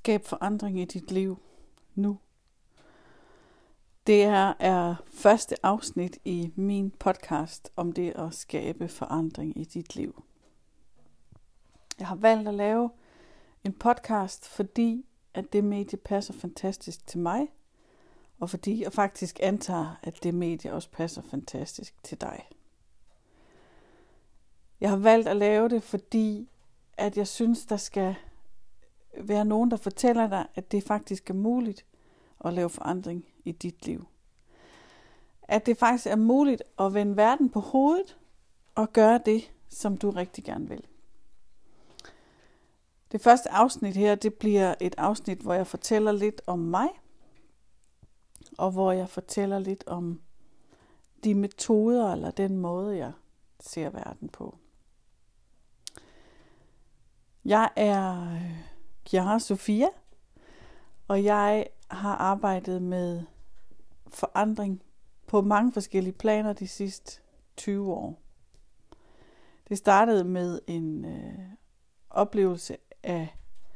Skab forandring i dit liv nu. Det her er første afsnit i min podcast om det at skabe forandring i dit liv. Jeg har valgt at lave en podcast, fordi at det medie passer fantastisk til mig, og fordi jeg faktisk antager, at det medie også passer fantastisk til dig. Jeg har valgt at lave det, fordi at jeg synes, der skal være nogen, der fortæller dig, at det faktisk er muligt at lave forandring i dit liv. At det faktisk er muligt at vende verden på hovedet og gøre det, som du rigtig gerne vil. Det første afsnit her, det bliver et afsnit, hvor jeg fortæller lidt om mig, og hvor jeg fortæller lidt om de metoder eller den måde, jeg ser verden på. Jeg er Chiara Sofia, og jeg har arbejdet med forandring på mange forskellige planer de sidste 20 år. Det startede med en oplevelse af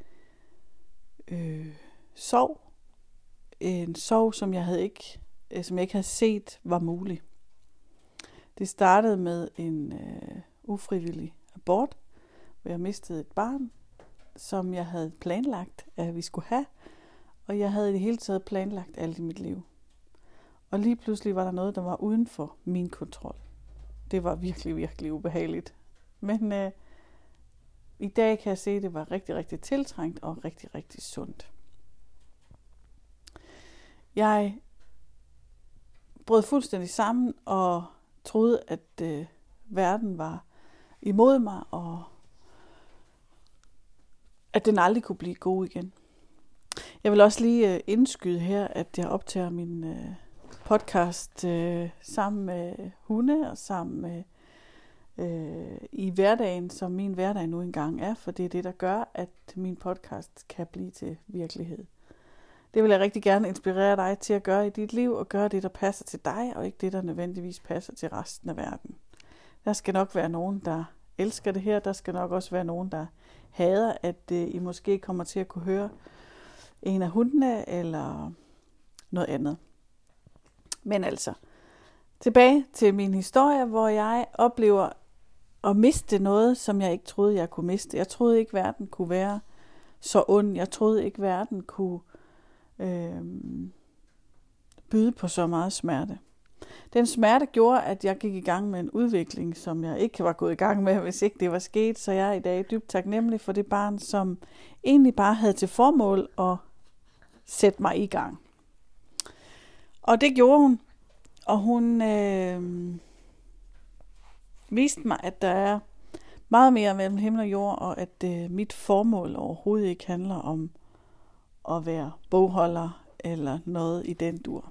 sorg. En sorg, som jeg ikke havde set var mulig. Det startede med en ufrivillig abort, hvor jeg mistede et barn, som jeg havde planlagt, at vi skulle have. Og jeg havde i det hele taget planlagt alt i mit liv. Og lige pludselig var der noget, der var uden for min kontrol. Det var virkelig, virkelig ubehageligt. Men i dag kan jeg se, at det var rigtig, rigtig tiltrængt og rigtig, rigtig sundt. Jeg brød fuldstændig sammen og troede, at verden var imod mig, og at den aldrig kunne blive god igen. Jeg vil også lige indskyde her, at jeg optager min podcast sammen med hunde og sammen med i hverdagen, som min hverdag nu engang er, for det er det, der gør, at min podcast kan blive til virkelighed. Det vil jeg rigtig gerne inspirere dig til at gøre i dit liv, og gøre det, der passer til dig, og ikke det, der nødvendigvis passer til resten af verden. Der skal nok være nogen, der elsker det her. Der skal nok også være nogen, der hader, at I måske kommer til at kunne høre en af hundene, eller noget andet. Men altså, tilbage til min historie, hvor jeg oplever at miste noget, som jeg ikke troede, jeg kunne miste. Jeg troede ikke, verden kunne være så ond. Jeg troede ikke, verden kunne byde på så meget smerte. Den smerte gjorde, at jeg gik i gang med en udvikling, som jeg ikke var gået i gang med, hvis ikke det var sket. Så jeg er i dag dybt taknemmelig for det barn, som egentlig bare havde til formål at sætte mig i gang. Og det gjorde hun. Og hun viste mig, at der er meget mere mellem himmel og jord, og at mit formål overhovedet ikke handler om at være bogholder eller noget i den dur.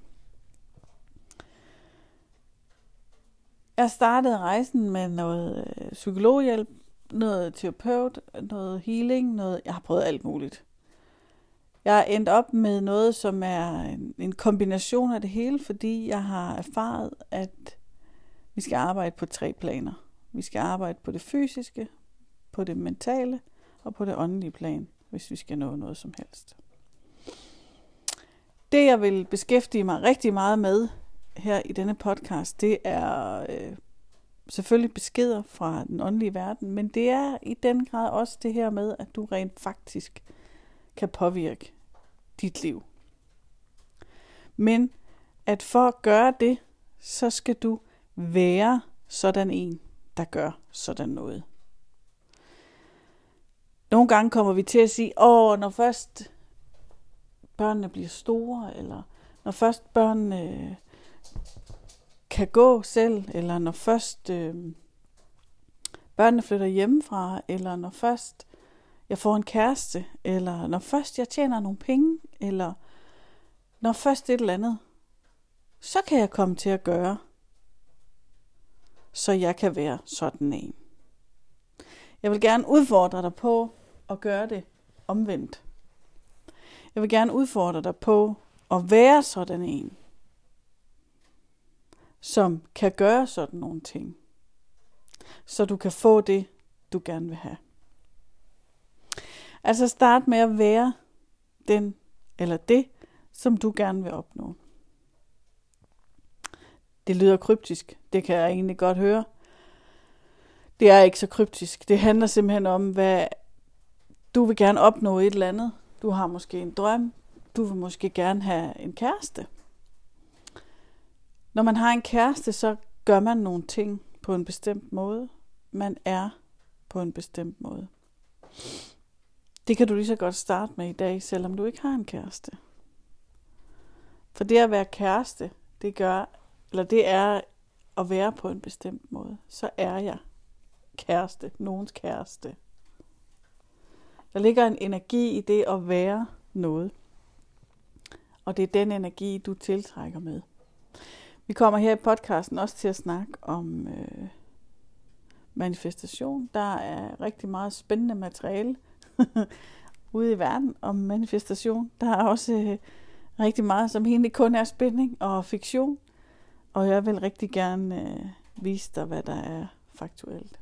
Jeg startede rejsen med noget psykologhjælp, noget terapeut, noget healing, jeg har prøvet alt muligt. Jeg er endt op med noget, som er en kombination af det hele, fordi jeg har erfaret, at vi skal arbejde på 3 planer. Vi skal arbejde på det fysiske, på det mentale og på det åndelige plan, hvis vi skal nå noget som helst. Det, jeg vil beskæftige mig rigtig meget med her i denne podcast, det er selvfølgelig beskeder fra den åndelige verden, men det er i den grad også det her med, at du rent faktisk kan påvirke dit liv. Men at for at gøre det, så skal du være sådan en, der gør sådan noget. Nogle gange kommer vi til at sige, når først børnene bliver store, eller når først børnene kan gå selv, eller når først børnene flytter hjemmefra, eller når først jeg får en kæreste, eller når først jeg tjener nogle penge, eller når først et eller andet, så kan jeg komme til at gøre, så jeg kan være sådan en. Jeg vil gerne udfordre dig på at gøre det omvendt. Jeg vil gerne udfordre dig på at være sådan en, som kan gøre sådan nogle ting, så du kan få det, du gerne vil have. Altså start med at være den eller det, som du gerne vil opnå. Det lyder kryptisk, det kan jeg egentlig godt høre. Det er ikke så kryptisk. Det handler simpelthen om, hvad du vil gerne opnå et eller andet. Du har måske en drøm. Du vil måske gerne have en kæreste. Når man har en kæreste, så gør man nogle ting på en bestemt måde. Man er på en bestemt måde. Det kan du lige så godt starte med i dag, selvom du ikke har en kæreste. For det at være kæreste, det er at være på en bestemt måde. Så er jeg kæreste, nogens kæreste. Der ligger en energi i det at være noget. Og det er den energi, du tiltrækker med. Vi kommer her i podcasten også til at snakke om manifestation. Der er rigtig meget spændende materiale ude i verden om manifestation. Der er også rigtig meget, som egentlig kun er spænding og fiktion. Og jeg vil rigtig gerne vise dig, hvad der er faktuelt.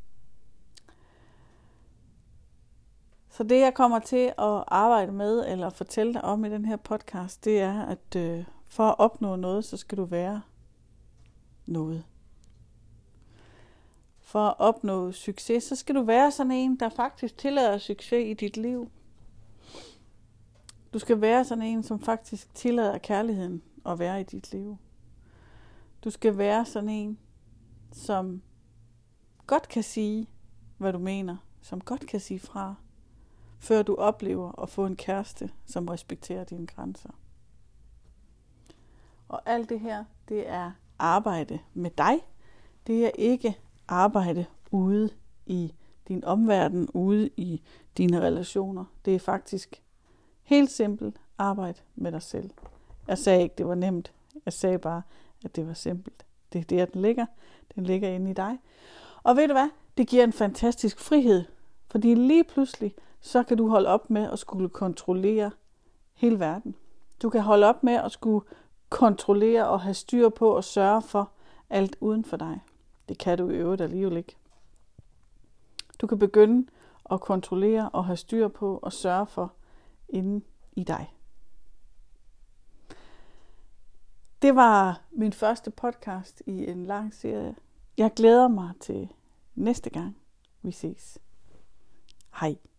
Så det, jeg kommer til at arbejde med, eller fortælle dig om i den her podcast, det er, at for at opnå noget, så skal du være noget. For at opnå succes, så skal du være sådan en, der faktisk tillader succes i dit liv. Du skal være sådan en, som faktisk tillader kærligheden at være i dit liv. Du skal være sådan en, som godt kan sige, hvad du mener, som godt kan sige fra, før du oplever at få en kæreste, som respekterer dine grænser. Og alt det her, det er arbejde med dig. Det er ikke arbejde ude i din omverden, ude i dine relationer. Det er faktisk helt simpelt arbejde med dig selv. Jeg sagde ikke, det var nemt. Jeg sagde bare, at det var simpelt. Det er der, den ligger. Den ligger inde i dig. Og ved du hvad? Det giver en fantastisk frihed. Fordi lige pludselig, så kan du holde op med at skulle kontrollere hele verden. Du kan holde op med at skulle kontrollere og have styr på og sørge for alt uden for dig. Det kan du i øvrigt alligevel ikke. Du kan begynde at kontrollere og have styr på og sørge for inden i dig. Det var min første podcast i en lang serie. Jeg glæder mig til næste gang, vi ses. Hej.